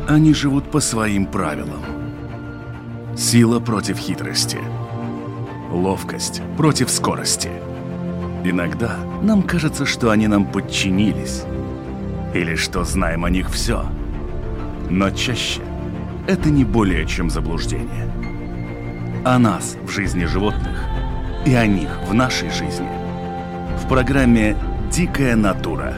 Они живут по своим правилам. Сила против хитрости. Ловкость против скорости. Иногда нам кажется, что они нам подчинились. Или что знаем о них все. Но чаще это не более чем заблуждение. О нас в жизни животных и о них в нашей жизни. В программе «Дикая натура».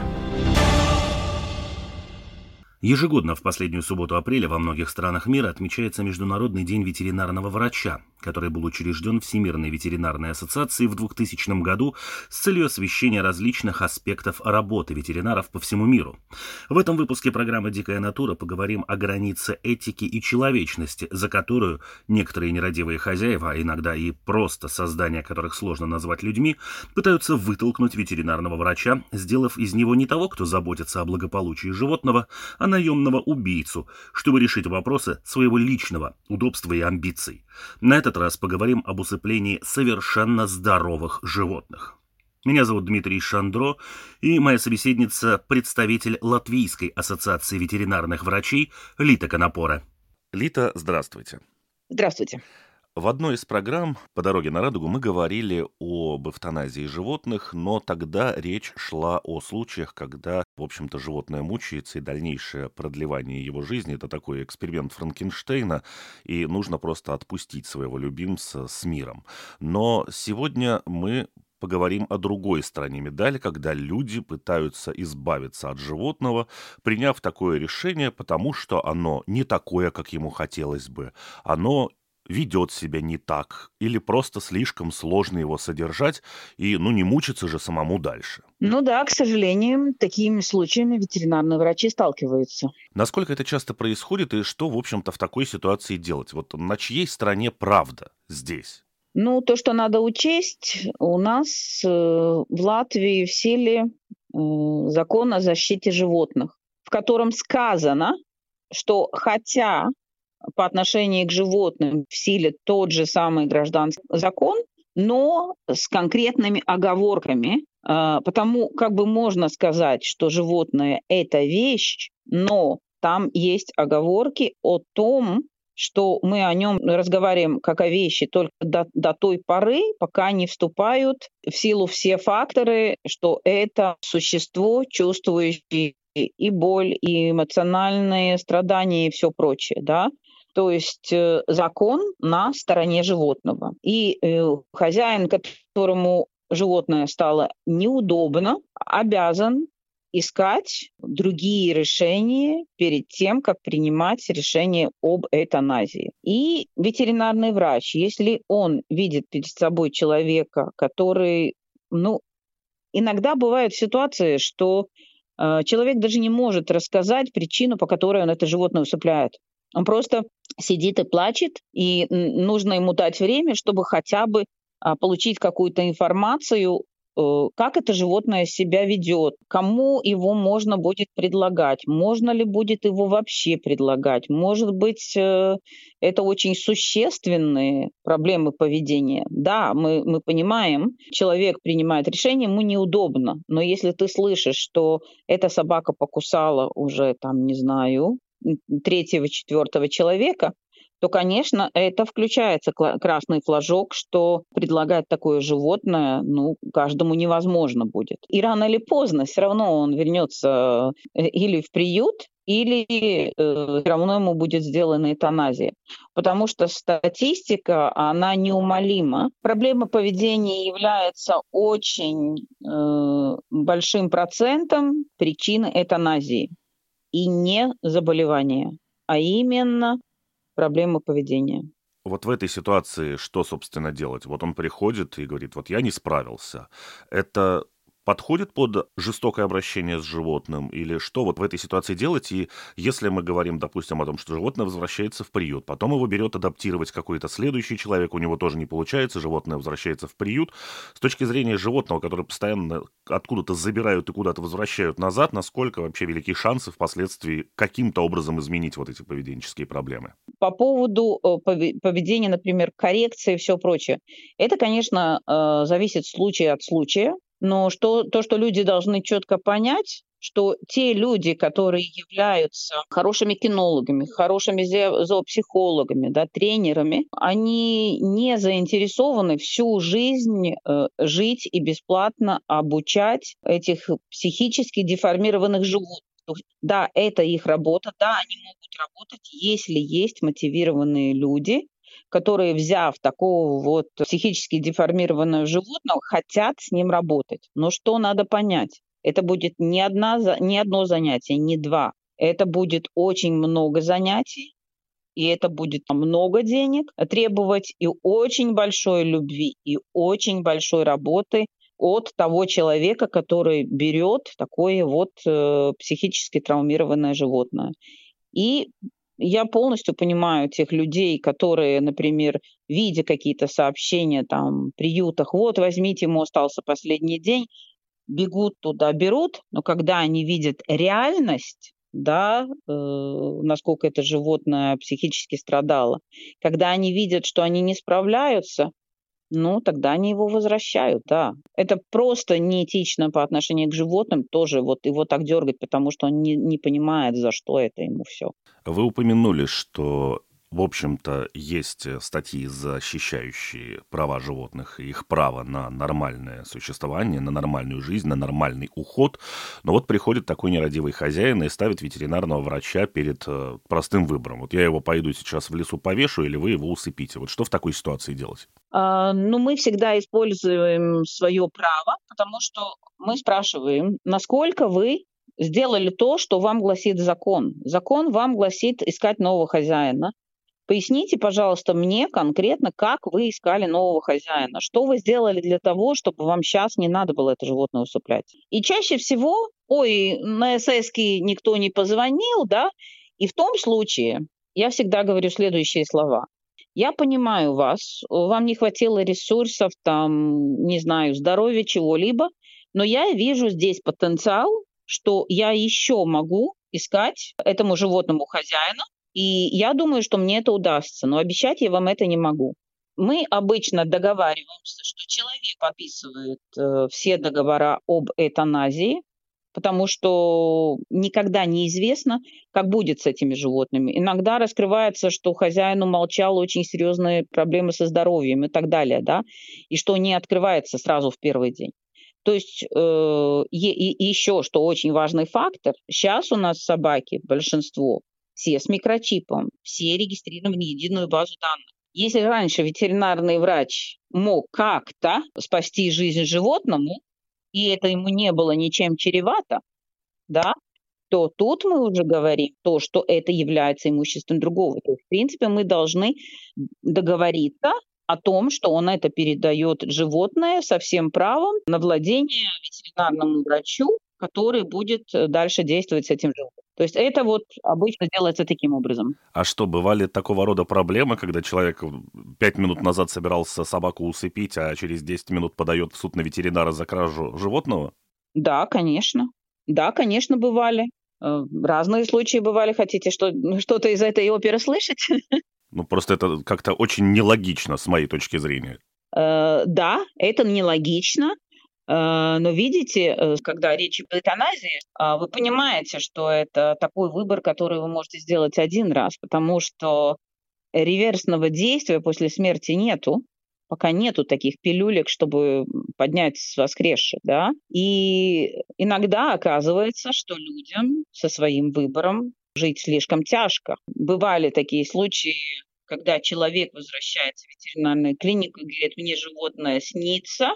Ежегодно в последнюю субботу апреля во многих странах мира отмечается Международный день ветеринарного врача, который был учрежден Всемирной ветеринарной ассоциацией в 2000 году с целью освещения различных аспектов работы ветеринаров по всему миру. В этом выпуске программы «Дикая натура» поговорим о границе этики и человечности, за которую некоторые нерадивые хозяева, а иногда и просто создания которых сложно назвать людьми, пытаются вытолкнуть ветеринарного врача, сделав из него не того, кто заботится о благополучии животного, а наемного убийцу, чтобы решить вопросы своего личного удобства и амбиций. На этот раз поговорим об усыплении совершенно здоровых животных. Меня зовут Дмитрий Шандро, и моя собеседница – представитель Латвийской ассоциации ветеринарных врачей Лита Конопора. Лита, здравствуйте. Здравствуйте. В одной из программ «По дороге на радугу» мы говорили об эвтаназии животных, но тогда речь шла о случаях, когда, в общем-то, животное мучается, и дальнейшее продлевание его жизни – это такой эксперимент Франкенштейна, и нужно просто отпустить своего любимца с миром. Но сегодня мы поговорим о другой стороне медали, когда люди пытаются избавиться от животного, приняв такое решение, потому что оно не такое, как ему хотелось бы, оно ведет себя не так, или просто слишком сложно его содержать, и, не мучиться же самому дальше. Да, к сожалению, такими случаями ветеринарные врачи сталкиваются. Насколько это часто происходит, и что, в общем-то, в такой ситуации делать? Вот на чьей стороне правда здесь? То, что надо учесть, у нас в Латвии в силе закон о защите животных, в котором сказано, что хотя по отношению к животным в силе тот же самый гражданский закон, но с конкретными оговорками. Потому можно сказать, что животное – это вещь, но там есть оговорки о том, что мы о нем разговариваем как о вещи только до той поры, пока не вступают в силу все факторы, что это существо, чувствующее и боль, и эмоциональные страдания, и все прочее, да. То есть закон на стороне животного. И хозяин, которому животное стало неудобно, обязан искать другие решения перед тем, как принимать решение об эвтаназии. И ветеринарный врач, если он видит перед собой человека, который, иногда бывают ситуации, что человек даже не может рассказать причину, по которой он это животное усыпляет. Он просто сидит и плачет, и нужно ему дать время, чтобы хотя бы получить какую-то информацию, как это животное себя ведет, кому его можно будет предлагать, можно ли будет его вообще предлагать. Может быть, это очень существенные проблемы поведения. Да, мы понимаем, человек принимает решение, ему неудобно, но если ты слышишь, что эта собака покусала уже, третьего, четвертого человека, то, конечно, это включается красный флажок, что предлагать такое животное, каждому невозможно будет. И рано или поздно все равно он вернется или в приют, или все равно ему будет сделана эвтаназия. Потому что статистика, она неумолима. Проблема поведения является очень большим процентом причины эвтаназии. И не заболевания, а именно проблемы поведения. Вот в этой ситуации что, собственно, делать? Вот он приходит и говорит, я не справился. Это подходит под жестокое обращение с животным? Или что в этой ситуации делать? И если мы говорим, допустим, о том, что животное возвращается в приют, потом его берет адаптировать какой-то следующий человек, у него тоже не получается, животное возвращается в приют. С точки зрения животного, которое постоянно откуда-то забирают и куда-то возвращают назад, насколько вообще велики шансы впоследствии каким-то образом изменить эти поведенческие проблемы? По поводу поведения, например, коррекции и все прочее, это, конечно, зависит случай от случая. Но то, что люди должны четко понять, что те люди, которые являются хорошими кинологами, хорошими зоопсихологами, да, тренерами, они не заинтересованы всю жизнь жить и бесплатно обучать этих психически деформированных животных. Да, это их работа, да, они могут работать, если есть мотивированные люди, которые, взяв такого вот психически деформированного животного, хотят с ним работать. Но что надо понять? Это будет не одно занятие, не два. Это будет очень много занятий, и это будет много денег требовать, и очень большой любви, и очень большой работы от того человека, который берет такое вот психически травмированное животное. И я полностью понимаю тех людей, которые, например, видя какие-то сообщения там в приютах, вот возьмите, ему остался последний день, бегут туда, берут, но когда они видят реальность, да, насколько это животное психически страдало, когда они видят, что они не справляются, ну, тогда они его возвращают, да. Это просто неэтично по отношению к животным тоже вот его так дергать, потому что он не понимает, за что это ему все. Вы упомянули, что, в общем-то, есть статьи, защищающие права животных и их право на нормальное существование, на нормальную жизнь, на нормальный уход. Но вот приходит такой нерадивый хозяин и ставит ветеринарного врача перед простым выбором. Вот я его пойду сейчас в лесу повешу, или вы его усыпите. Вот что в такой ситуации делать? Ну, мы всегда используем свое право, потому что мы спрашиваем, насколько вы сделали то, что вам гласит закон. Закон вам гласит искать нового хозяина. Поясните, пожалуйста, мне конкретно, как вы искали нового хозяина. Что вы сделали для того, чтобы вам сейчас не надо было это животное усыплять. И чаще всего, на ССки никто не позвонил, да, и в том случае я всегда говорю следующие слова. Я понимаю вас, вам не хватило ресурсов, там, не знаю, здоровья, чего-либо, но я вижу здесь потенциал, что я еще могу искать этому животному хозяина, и я думаю, что мне это удастся, но обещать я вам это не могу. Мы обычно договариваемся, что человек подписывает все договора об эвтаназии, потому что никогда неизвестно, как будет с этими животными. Иногда раскрывается, что хозяин умолчал очень серьезные проблемы со здоровьем и так далее, да, и что не открывается сразу в первый день. То есть и еще, что очень важный фактор, сейчас у нас собаки, большинство, все с микрочипом, все регистрированы в единую базу данных. Если раньше ветеринарный врач мог как-то спасти жизнь животному, и это ему не было ничем чревато, да, то тут мы уже говорим то, что это является имуществом другого. То есть, в принципе, мы должны договориться о том, что он это передает животное со всем правом на владение ветеринарному врачу, который будет дальше действовать с этим животным. То есть это вот обычно делается таким образом. А что, бывали такого рода проблемы, когда человек 5 минут назад собирался собаку усыпить, а через 10 минут подает в суд на ветеринара за кражу животного? Да, конечно. Да, конечно, бывали. Разные случаи бывали. Хотите что-то из этой оперы слышать? Ну, просто это как-то очень нелогично, с моей точки зрения. Да, это нелогично. Но видите, когда речь об эвтаназии, вы понимаете, что это такой выбор, который вы можете сделать один раз, потому что реверсного действия после смерти нету, пока нету таких пилюлек, чтобы поднять воскресших, да. И иногда оказывается, что людям со своим выбором жить слишком тяжко. Бывали такие случаи, когда человек возвращается в ветеринарную клинику и говорит, мне животное снится,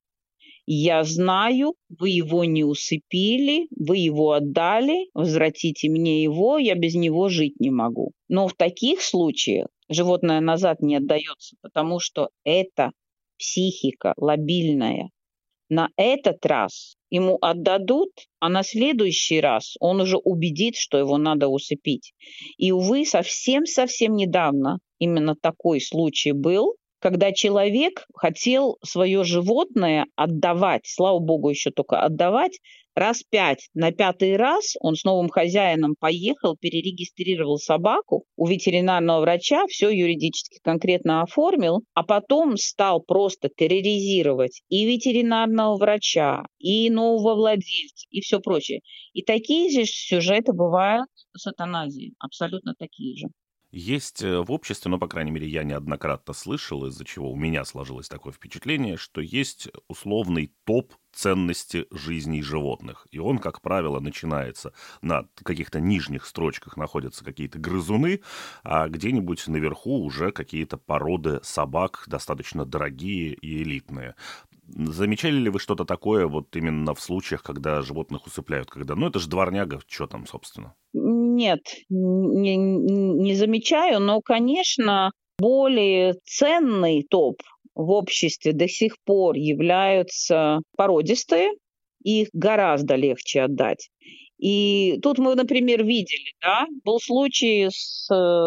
я знаю, вы его не усыпили, вы его отдали, возвратите мне его, я без него жить не могу. Но в таких случаях животное назад не отдается, потому что это психика лобильная. На этот раз ему отдадут, а на следующий раз он уже убедит, что его надо усыпить. И, увы, совсем-совсем недавно именно такой случай был, когда человек хотел свое животное отдавать, слава богу, еще только отдавать, раз 5. На 5-й раз он с новым хозяином поехал, перерегистрировал собаку у ветеринарного врача, все юридически конкретно оформил, а потом стал просто терроризировать и ветеринарного врача, и нового владельца, и все прочее. И такие же сюжеты бывают с эвтаназией, абсолютно такие же. Есть в обществе, ну, по крайней мере, я неоднократно слышал, из-за чего у меня сложилось такое впечатление, что есть условный топ ценности жизней животных. И он, как правило, начинается на каких-то нижних строчках находятся какие-то грызуны, а где-нибудь наверху уже какие-то породы собак достаточно дорогие и элитные. Замечали ли вы что-то такое вот именно в случаях, когда животных усыпляют? Когда, ну, это же дворняга, что там, собственно? Нет, не замечаю, но, конечно, более ценный топ в обществе до сих пор являются породистые, их гораздо легче отдать. И тут мы, например, видели, да, был случай с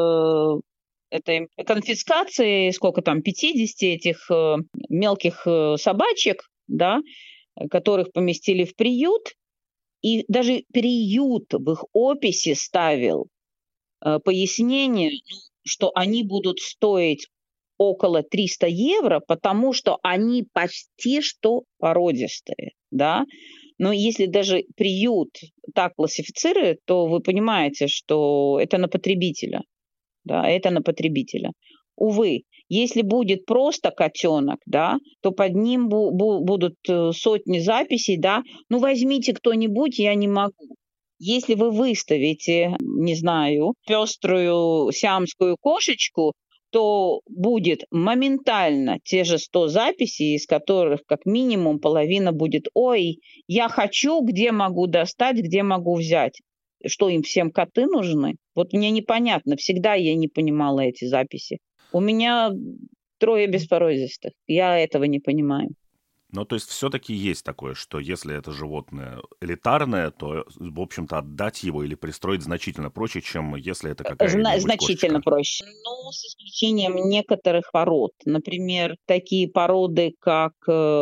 этой конфискацией, сколько там, 50 этих мелких собачек, да, которых поместили в приют, и даже приют в их описи ставил пояснение, что они будут стоить около 300 евро, потому что они почти что породистые, да. Но если даже приют так классифицирует, то вы понимаете, что это на потребителя, да, это на потребителя. Увы, если будет просто котенок, да, то под ним будут сотни записей, да, ну возьмите кто-нибудь, я не могу. Если вы выставите, не знаю, пеструю сиамскую кошечку, то будет моментально те же 100 записей, из которых как минимум половина будет: ой, я хочу, где могу достать, где могу взять. Что им всем коты нужны? Вот мне непонятно, всегда я не понимала эти записи. У меня 3 беспородистых, я этого не понимаю. Ну, то есть все-таки есть такое, что если это животное элитарное, то, в общем-то, отдать его или пристроить значительно проще, чем если это какая-нибудь Значительно кошечка. проще. Но с исключением некоторых пород. Например, такие породы, как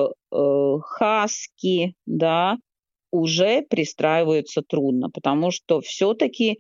хаски, да, уже пристраиваются трудно, потому что все-таки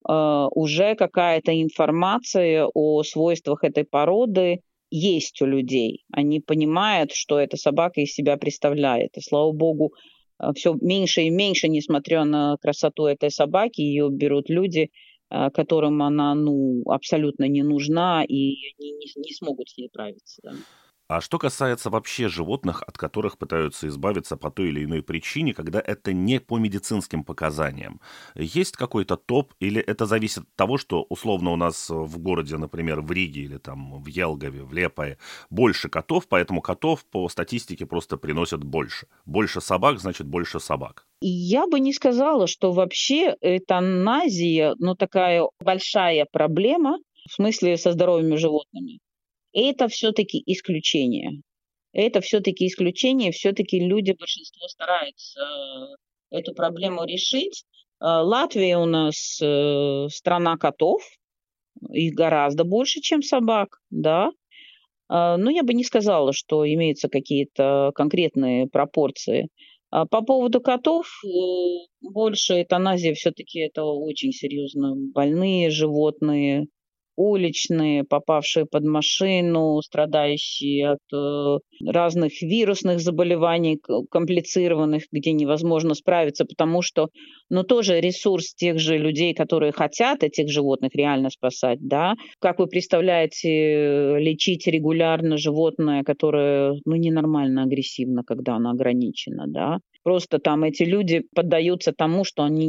уже какая-то информация о свойствах этой породы есть у людей. Они понимают, что эта собака из себя представляет. И, слава богу, все меньше и меньше, несмотря на красоту этой собаки, ее берут люди, которым она абсолютно не нужна, и они не смогут с ней справиться. Да. А что касается вообще животных, от которых пытаются избавиться по той или иной причине, когда это не по медицинским показаниям, есть какой-то топ или это зависит от того, что условно у нас в городе, например, в Риге или там в Елгове, в Лепое, больше котов, поэтому котов по статистике просто приносят больше. Больше собак, значит больше собак. Я бы не сказала, что вообще эвтаназия, такая большая проблема, в смысле со здоровыми животными. Это все-таки исключение. Это все-таки исключение. Все-таки люди, большинство стараются эту проблему решить. Латвия у нас страна котов. Их гораздо больше, чем собак, да. Но я бы не сказала, что имеются какие-то конкретные пропорции. По поводу котов, больше эвтаназия все-таки это очень серьезно больные животные, уличные, попавшие под машину, страдающие от разных вирусных заболеваний, комплицированных, где невозможно справиться, потому что, тоже ресурс тех же людей, которые хотят этих животных реально спасать, да. Как вы представляете, лечить регулярно животное, которое, ненормально агрессивно, когда оно ограничено, да. Просто там эти люди поддаются тому, что они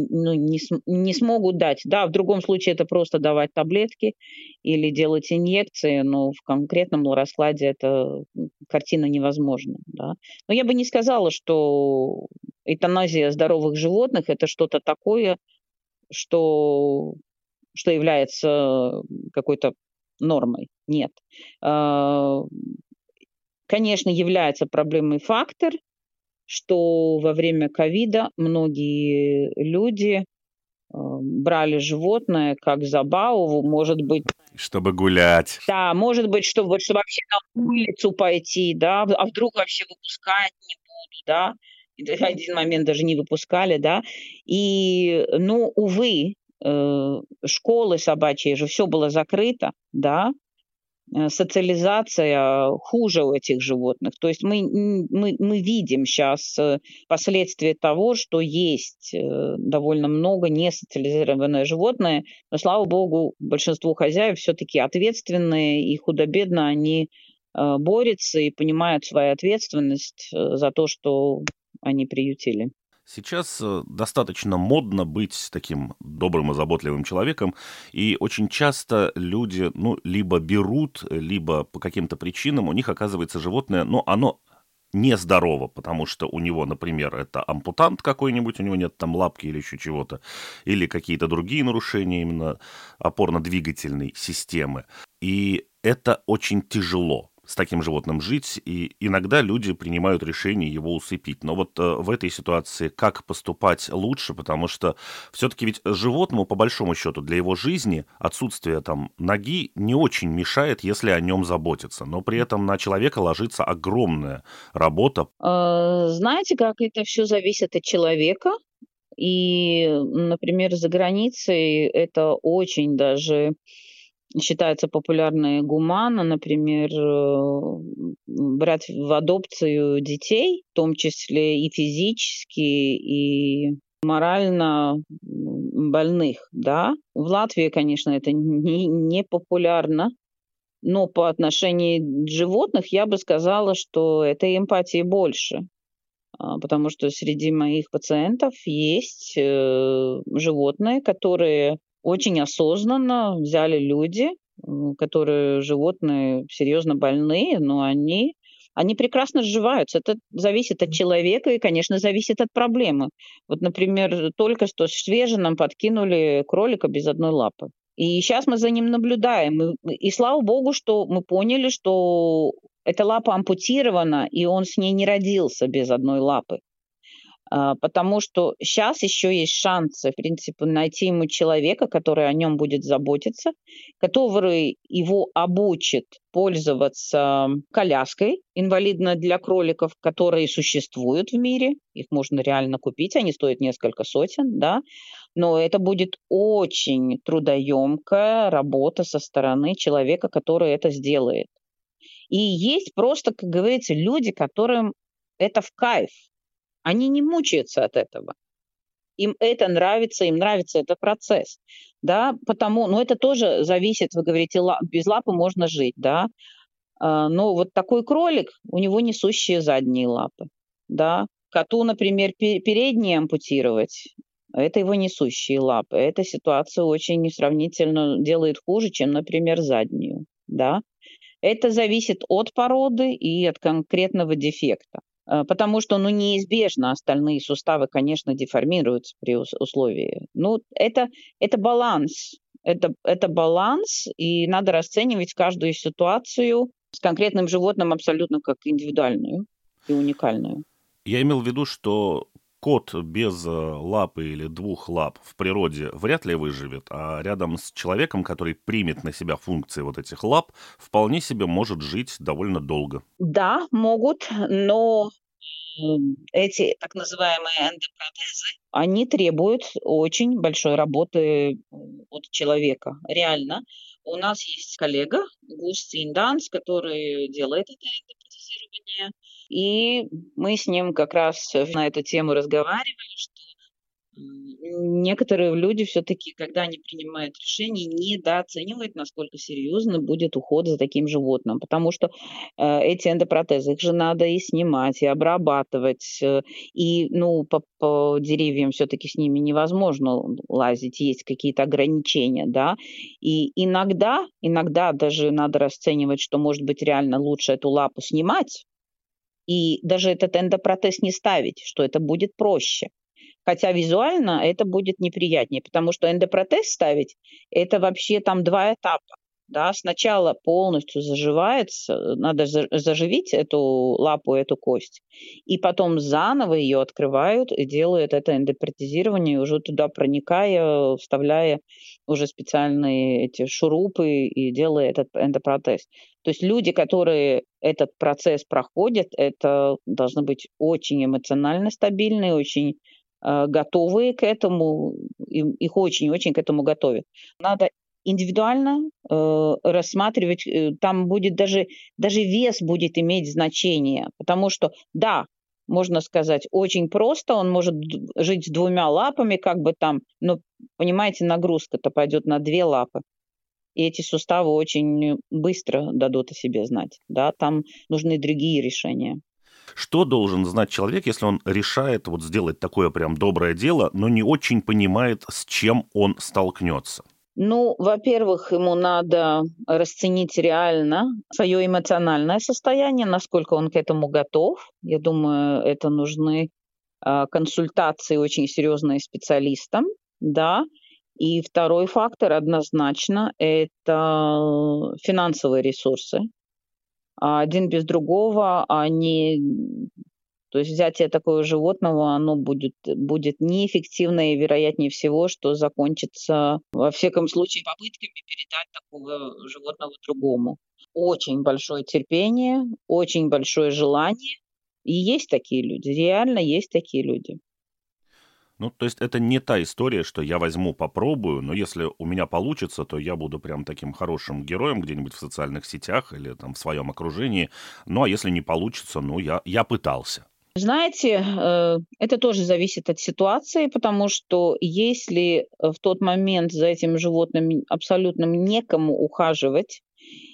не смогут дать. Да, в другом случае это просто давать таблетки или делать инъекции, но в конкретном раскладе эта картина невозможна. Да. Но я бы не сказала, что эвтаназия здоровых животных – это что-то такое, что является какой-то нормой. Нет. Конечно, является проблемой фактор, что во время ковида многие люди брали животное как забаву, может быть... Чтобы гулять. Да, может быть, чтобы вообще на улицу пойти, да, а вдруг вообще выпускать не буду, да. один момент даже не выпускали, да. И, ну, увы, школы собачьи же, все было закрыто, да. Социализация хуже у этих животных. То есть мы видим сейчас последствия того, что есть довольно много несоциализированные животные, но, слава богу, большинство хозяев все-таки ответственные, и худо-бедно они борются и понимают свою ответственность за то, что они приютили. Сейчас достаточно модно быть таким добрым и заботливым человеком, и очень часто люди, ну, либо берут, либо по каким-то причинам у них оказывается животное, но оно нездорово, потому что у него, например, это ампутант какой-нибудь, у него нет там лапки или еще чего-то, или какие-то другие нарушения именно опорно-двигательной системы. И это очень тяжело с таким животным жить, и иногда люди принимают решение его усыпить. Но вот в этой ситуации как поступать лучше, потому что все-таки ведь животному, по большому счету, для его жизни отсутствие там ноги не очень мешает, если о нем заботиться. Но при этом на человека ложится огромная работа. Знаете, как это все зависит от человека? И, например, за границей это очень даже считается популярно и гуманно, например, брать в адопцию детей, в том числе и физически, и морально больных, да. В Латвии, конечно, это не популярно, но по отношению к животных я бы сказала, что этой эмпатии больше. Потому что среди моих пациентов есть животные, которые очень осознанно взяли люди, которые животные серьезно больные, но они прекрасно сживаются. Это зависит от человека и, конечно, зависит от проблемы. Вот, например, только что свеже нам подкинули кролика без одной лапы. И сейчас мы за ним наблюдаем. И слава богу, что мы поняли, что эта лапа ампутирована, и он с ней не родился без одной лапы. Потому что сейчас еще есть шансы, в принципе, найти ему человека, который о нем будет заботиться, который его обучит пользоваться коляской инвалидной для кроликов, которые существуют в мире. Их можно реально купить, они стоят несколько сотен, да. Но это будет очень трудоемкая работа со стороны человека, который это сделает. И есть просто, как говорится, люди, которым это в кайф. Они не мучаются от этого. Им это нравится, им нравится этот процесс. Да, потому, ну, это тоже зависит, вы говорите, без лапы можно жить, да. Но вот такой кролик, у него несущие задние лапы, да. Коту, например, передние ампутировать, это его несущие лапы. Эта ситуация очень сравнительно делает хуже, чем, например, заднюю, да. Это зависит от породы и от конкретного дефекта. Потому что, ну, неизбежно остальные суставы, конечно, деформируются при условии. Ну, это баланс. Это баланс, и надо расценивать каждую ситуацию с конкретным животным абсолютно как индивидуальную и уникальную. Я имел в виду, что кот без лапы или двух лап в природе вряд ли выживет, а рядом с человеком, который примет на себя функции вот этих лап, вполне себе может жить довольно долго. Да, могут, но эти так называемые эндопротезы, они требуют очень большой работы от человека. Реально. У нас есть коллега Густин Данс, который делает это эндопротезирование. И мы с ним как раз на эту тему разговаривали, что некоторые люди все-таки, когда они принимают решение, недооценивают, насколько серьезно будет уход за таким животным. Потому что эти эндопротезы, их же надо и снимать, и обрабатывать. И ну, по деревьям все-таки с ними невозможно лазить, есть какие-то ограничения. Да? И иногда даже надо расценивать, что, может быть, реально лучше эту лапу снимать, и даже этот эндопротез не ставить, что это будет проще. Хотя визуально это будет неприятнее, потому что эндопротез ставить – это вообще там 2 этапа. Да, сначала полностью заживается, надо заживить эту лапу, эту кость, и потом заново ее открывают и делают это эндопротезирование, уже туда проникая, вставляя уже специальные эти шурупы и делая этот эндопротез. То есть люди, которые этот процесс проходят, это должны быть очень эмоционально стабильные, очень готовые к этому, их очень-очень к этому готовят. Надо индивидуально рассматривать, там будет даже вес будет иметь значение, потому что, да, можно сказать, очень просто, он может жить с двумя лапами, как бы там, но, понимаете, нагрузка-то пойдет на две лапы. И эти суставы очень быстро дадут о себе знать. Да, там нужны другие решения. Что должен знать человек, если он решает вот сделать такое прям доброе дело, но не очень понимает, с чем он столкнется? Ну, во-первых, ему надо расценить реально свое эмоциональное состояние, насколько он к этому готов. Я думаю, это нужны консультации очень серьезные специалистам, да. И второй фактор однозначно – это финансовые ресурсы. Один без другого они, то есть взятие такого животного, оно будет неэффективно и, вероятнее всего, что закончится, во всяком случае, попытками передать такого животного другому. Очень большое терпение, очень большое желание. И есть такие люди, реально есть такие люди. Ну, то есть это не та история, что я возьму, попробую, но если у меня получится, то я буду прям таким хорошим героем где-нибудь в социальных сетях или там в своем окружении. Ну, а если не получится, ну, я пытался. Знаете, это тоже зависит от ситуации, потому что если в тот момент за этим животным абсолютно некому ухаживать,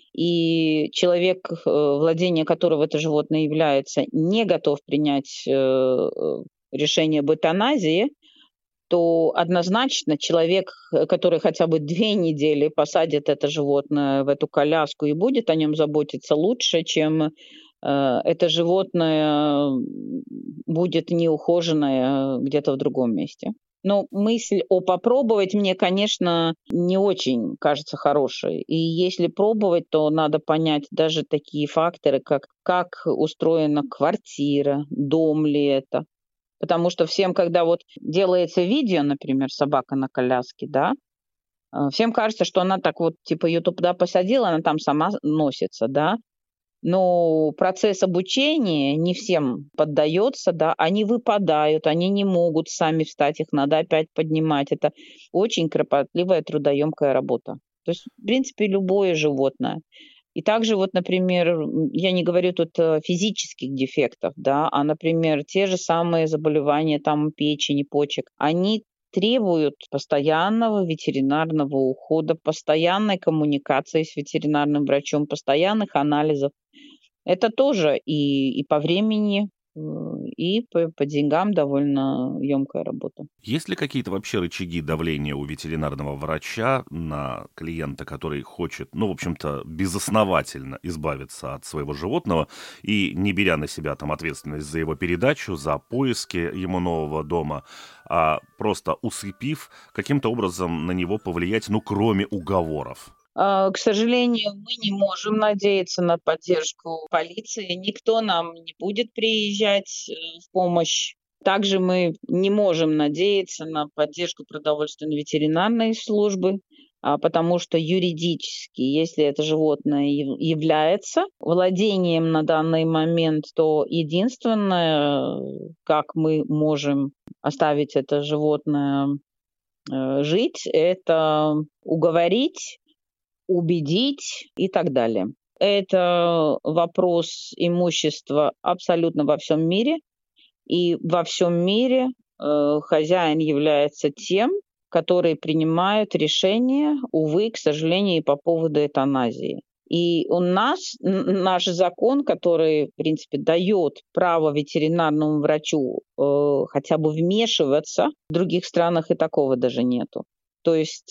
и человек, владение которого это животное является, не готов принять решение об эвтаназии, то однозначно человек, который хотя бы 2 недели посадит это животное в эту коляску и будет о нем заботиться лучше, чем это животное будет неухоженное где-то в другом месте. Но мысль о попробовать мне, конечно, не очень кажется хорошей. И если пробовать, то надо понять даже такие факторы, как устроена квартира, дом ли это. Потому что всем, когда вот делается видео, например, собака на коляске, да, всем кажется, что она так вот, типа, ее туда посадила, она там сама носится, да. Но процесс обучения не всем поддается, да, они выпадают, они не могут сами встать, их надо опять поднимать. Это очень кропотливая, трудоемкая работа. То есть, в принципе, любое животное. И также вот, например, я не говорю тут физических дефектов, да, а, например, те же самые заболевания там печени, почек, они требуют постоянного ветеринарного ухода, постоянной коммуникации с ветеринарным врачом, постоянных анализов. Это тоже и по времени, и по деньгам довольно емкая работа. Есть ли какие-то вообще рычаги давления у ветеринарного врача на клиента, который хочет, ну, в общем-то, безосновательно избавиться от своего животного и не беря на себя там ответственность за его передачу, за поиски ему нового дома, а просто усыпив, каким-то образом на него повлиять, ну, кроме уговоров? К сожалению, мы не можем надеяться на поддержку полиции. Никто нам не будет приезжать в помощь. Также мы не можем надеяться на поддержку продовольственно-ветеринарной службы, потому что юридически, если это животное является владением на данный момент, то единственное, как мы можем оставить это животное жить, это уговорить, убедить и так далее. Это вопрос имущества абсолютно во всем мире. И во всем мире хозяин является тем, который принимает решения, увы, к сожалению, и по поводу эвтаназии. И у нас наш закон, который, в принципе, дает право ветеринарному врачу хотя бы вмешиваться, в других странах и такого даже нету. То есть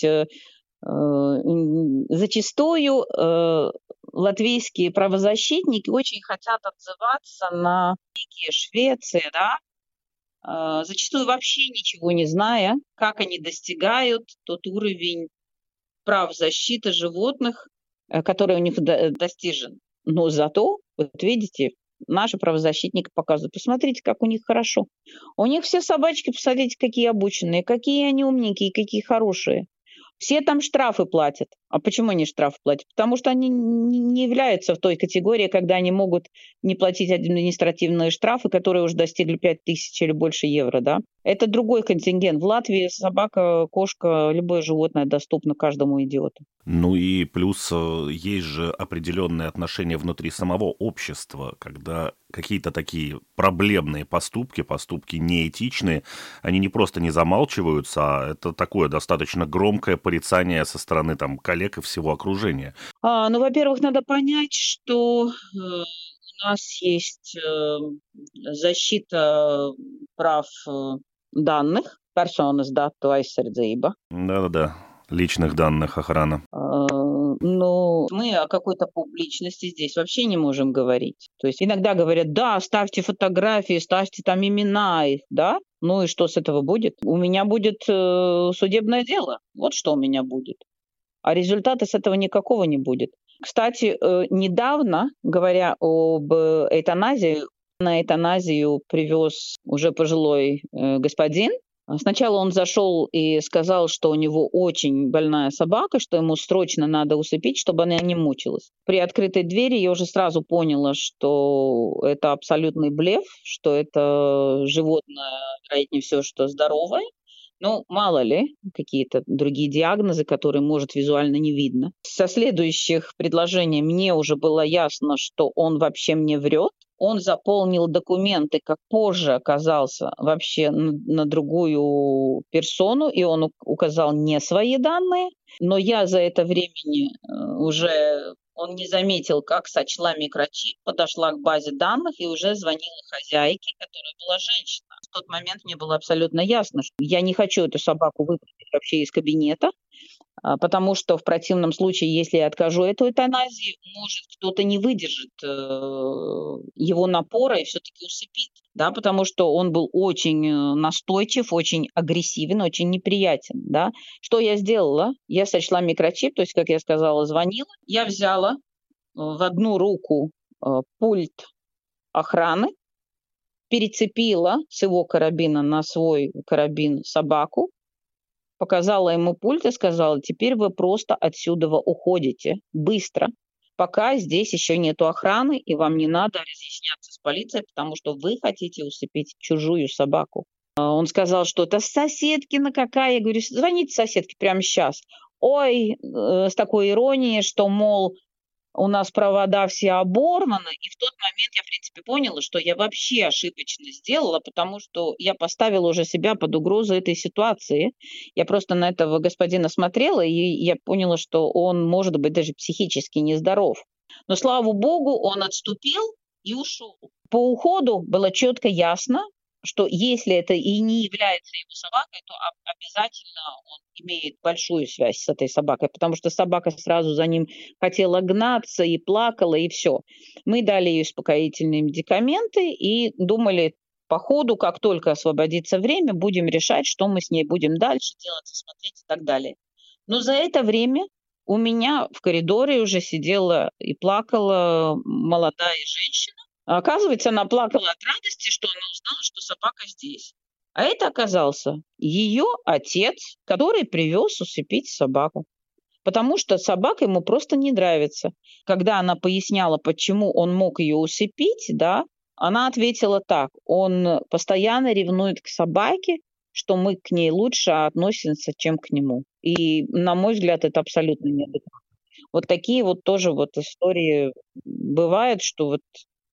зачастую латвийские правозащитники очень хотят отзываться на Швеции, да, зачастую вообще ничего не зная, как они достигают тот уровень прав защиты животных, который у них достижен. Но зато, вот видите, наши правозащитники показывают, посмотрите, как у них хорошо. У них все собачки, посмотрите, какие обученные, какие они умненькие, какие хорошие. Все там штрафы платят. А почему они штрафы платят? Потому что они не являются в той категории, когда они могут не платить административные штрафы, которые уже достигли 5000 или больше евро. Да? Это другой контингент. В Латвии собака, кошка, любое животное доступно каждому идиоту. Ну и плюс есть же определенные отношения внутри самого общества, когда какие-то такие проблемные поступки неэтичные, они не просто не замалчиваются, а это такое достаточно громкое порицание со стороны там коллег и всего окружения. Ну, во-первых, надо понять, что у нас есть защита прав данных, personas datu aizsardzība. Да-да-да, личных данных охрана. Но мы о какой-то публичности здесь вообще не можем говорить. То есть иногда говорят, да, ставьте фотографии, ставьте там имена их, да? Ну и что с этого будет? У меня будет судебное дело. Вот что у меня будет. А результата с этого никакого не будет. Кстати, недавно, говоря об эвтаназии, на эвтаназию привез уже пожилой господин. Сначала он зашел и сказал, что у него очень больная собака, что ему срочно надо усыпить, чтобы она не мучилась. При открытой двери я уже сразу поняла, что это абсолютный блеф, что это животное, вероятнее всего, что здоровое. Ну, мало ли, какие-то другие диагнозы, которые, может, визуально не видно. Со следующих предложений мне уже было ясно, что он вообще мне врет. Он заполнил документы, как позже оказался, вообще на другую персону, и он указал не свои данные. Но я за это времени уже... Он не заметил, как сочла микрочип, подошла к базе данных и уже звонила хозяйке, которая была женщина. В тот момент мне было абсолютно ясно, что я не хочу эту собаку выпустить вообще из кабинета, потому что в противном случае, если я откажу эту эвтаназию, может, кто-то не выдержит его напора и все-таки усыпит. Да, потому что он был очень настойчив, очень агрессивен, очень неприятен. Да. Что я сделала? Я сочла микрочип, то есть, как я сказала, звонила. Я взяла в одну руку пульт охраны, перецепила с его карабина на свой карабин собаку, показала ему пульт и сказала, теперь вы просто отсюда уходите быстро, пока здесь еще нету охраны, и вам не надо разъясняться с полицией, потому что вы хотите усыпить чужую собаку. Он сказал, что это соседкина какая. Я говорю, звоните соседке прямо сейчас. Ой, с такой иронией, что, мол, у нас провода все оборваны, и в тот момент я, в принципе, поняла, что я вообще ошибочно сделала, потому что я поставила уже себя под угрозу этой ситуации. Я просто на этого господина смотрела, и я поняла, что он, может быть, даже психически нездоров. Но, слава богу, он отступил и ушел. По уходу было четко ясно, что если это и не является его собакой, то обязательно он имеет большую связь с этой собакой, потому что собака сразу за ним хотела гнаться и плакала, и все. Мы дали ей успокоительные медикаменты и думали, по ходу, как только освободится время, будем решать, что мы с ней будем дальше делать, смотреть и так далее. Но за это время у меня в коридоре уже сидела и плакала молодая женщина. Оказывается, она плакала от радости, что она узнала, что собака здесь. А это оказался ее отец, который привез усыпить собаку. Потому что собака ему просто не нравится. Когда она поясняла, почему он мог ее усыпить, да, она ответила так. Он постоянно ревнует к собаке, что мы к ней лучше относимся, чем к нему. И, на мой взгляд, это абсолютно неадекватно. Вот такие вот тоже вот истории бывают, что вот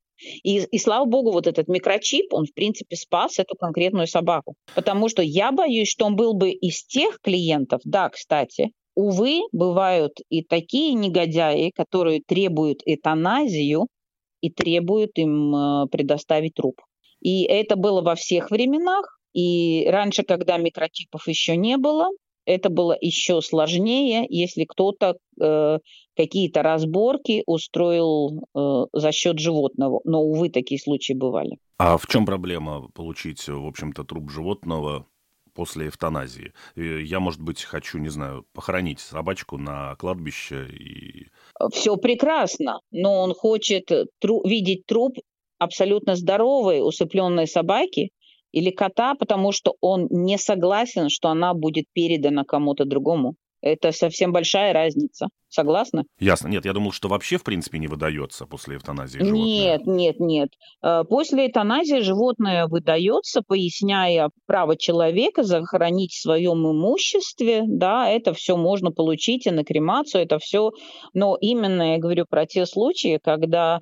и слава богу, вот этот микрочип, он, в принципе, спас эту конкретную собаку. Потому что я боюсь, что он был бы из тех клиентов, да, кстати, увы, бывают и такие негодяи, которые требуют эвтаназию и требуют им предоставить труп. И это было во всех временах. И раньше, когда микрочипов еще не было, это было еще сложнее, если кто-то какие-то разборки устроил за счет животного. Но, увы, такие случаи бывали. А в чем проблема получить, в общем-то, труп животного после эвтаназии? Я, может быть, хочу, не знаю, похоронить собачку на кладбище и... все прекрасно, но он хочет видеть труп абсолютно здоровой, усыпленной собаки или кота, потому что он не согласен, что она будет передана кому-то другому. Это совсем большая разница. Согласна? Ясно. Нет, я думал, что вообще в принципе не выдается после эвтаназии животное. Нет. После эвтаназии животное выдается, поясняя право человека захоронить в своем имуществе. Да, это все можно получить и на кремацию, это все. Но именно я говорю про те случаи, когда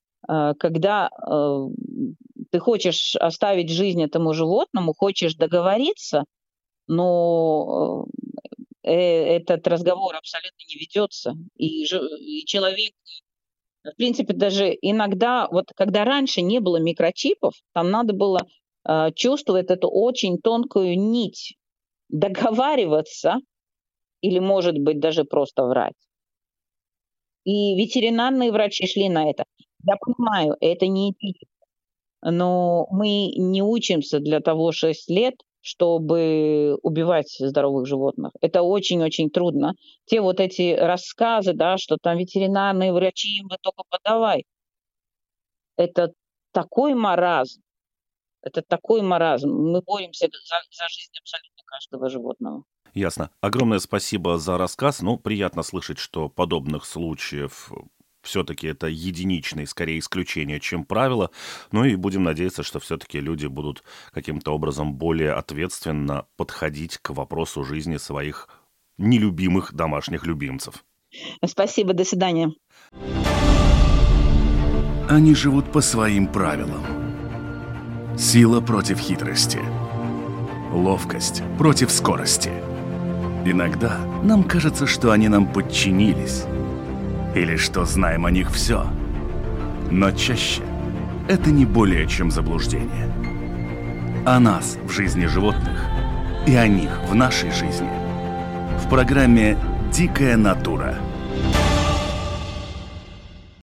ты хочешь оставить жизнь этому животному, хочешь договориться, но этот разговор абсолютно не ведется. И человек, в принципе, даже иногда, вот когда раньше не было микрочипов, там надо было чувствовать эту очень тонкую нить, договариваться или, может быть, даже просто врать. И ветеринарные врачи шли на это. Я понимаю, это не этично, но мы не учимся для того 6 лет, чтобы убивать здоровых животных. Это очень-очень трудно. Те вот эти рассказы, да, что там ветеринарные врачи, им вы только подавай. Это такой маразм. Мы боремся за жизнь абсолютно каждого животного. Ясно. Огромное спасибо за рассказ. Ну, приятно слышать, что подобных случаев все-таки это единичные, скорее, исключения, чем правило. Ну и будем надеяться, что все-таки люди будут каким-то образом более ответственно подходить к вопросу жизни своих нелюбимых домашних любимцев. Спасибо, до свидания. Они живут по своим правилам. Сила против хитрости. Ловкость против скорости. Иногда нам кажется, что они нам подчинились. Или что знаем о них все. Но чаще это не более чем заблуждение. О нас в жизни животных и о них в нашей жизни. В программе «Дикая натура».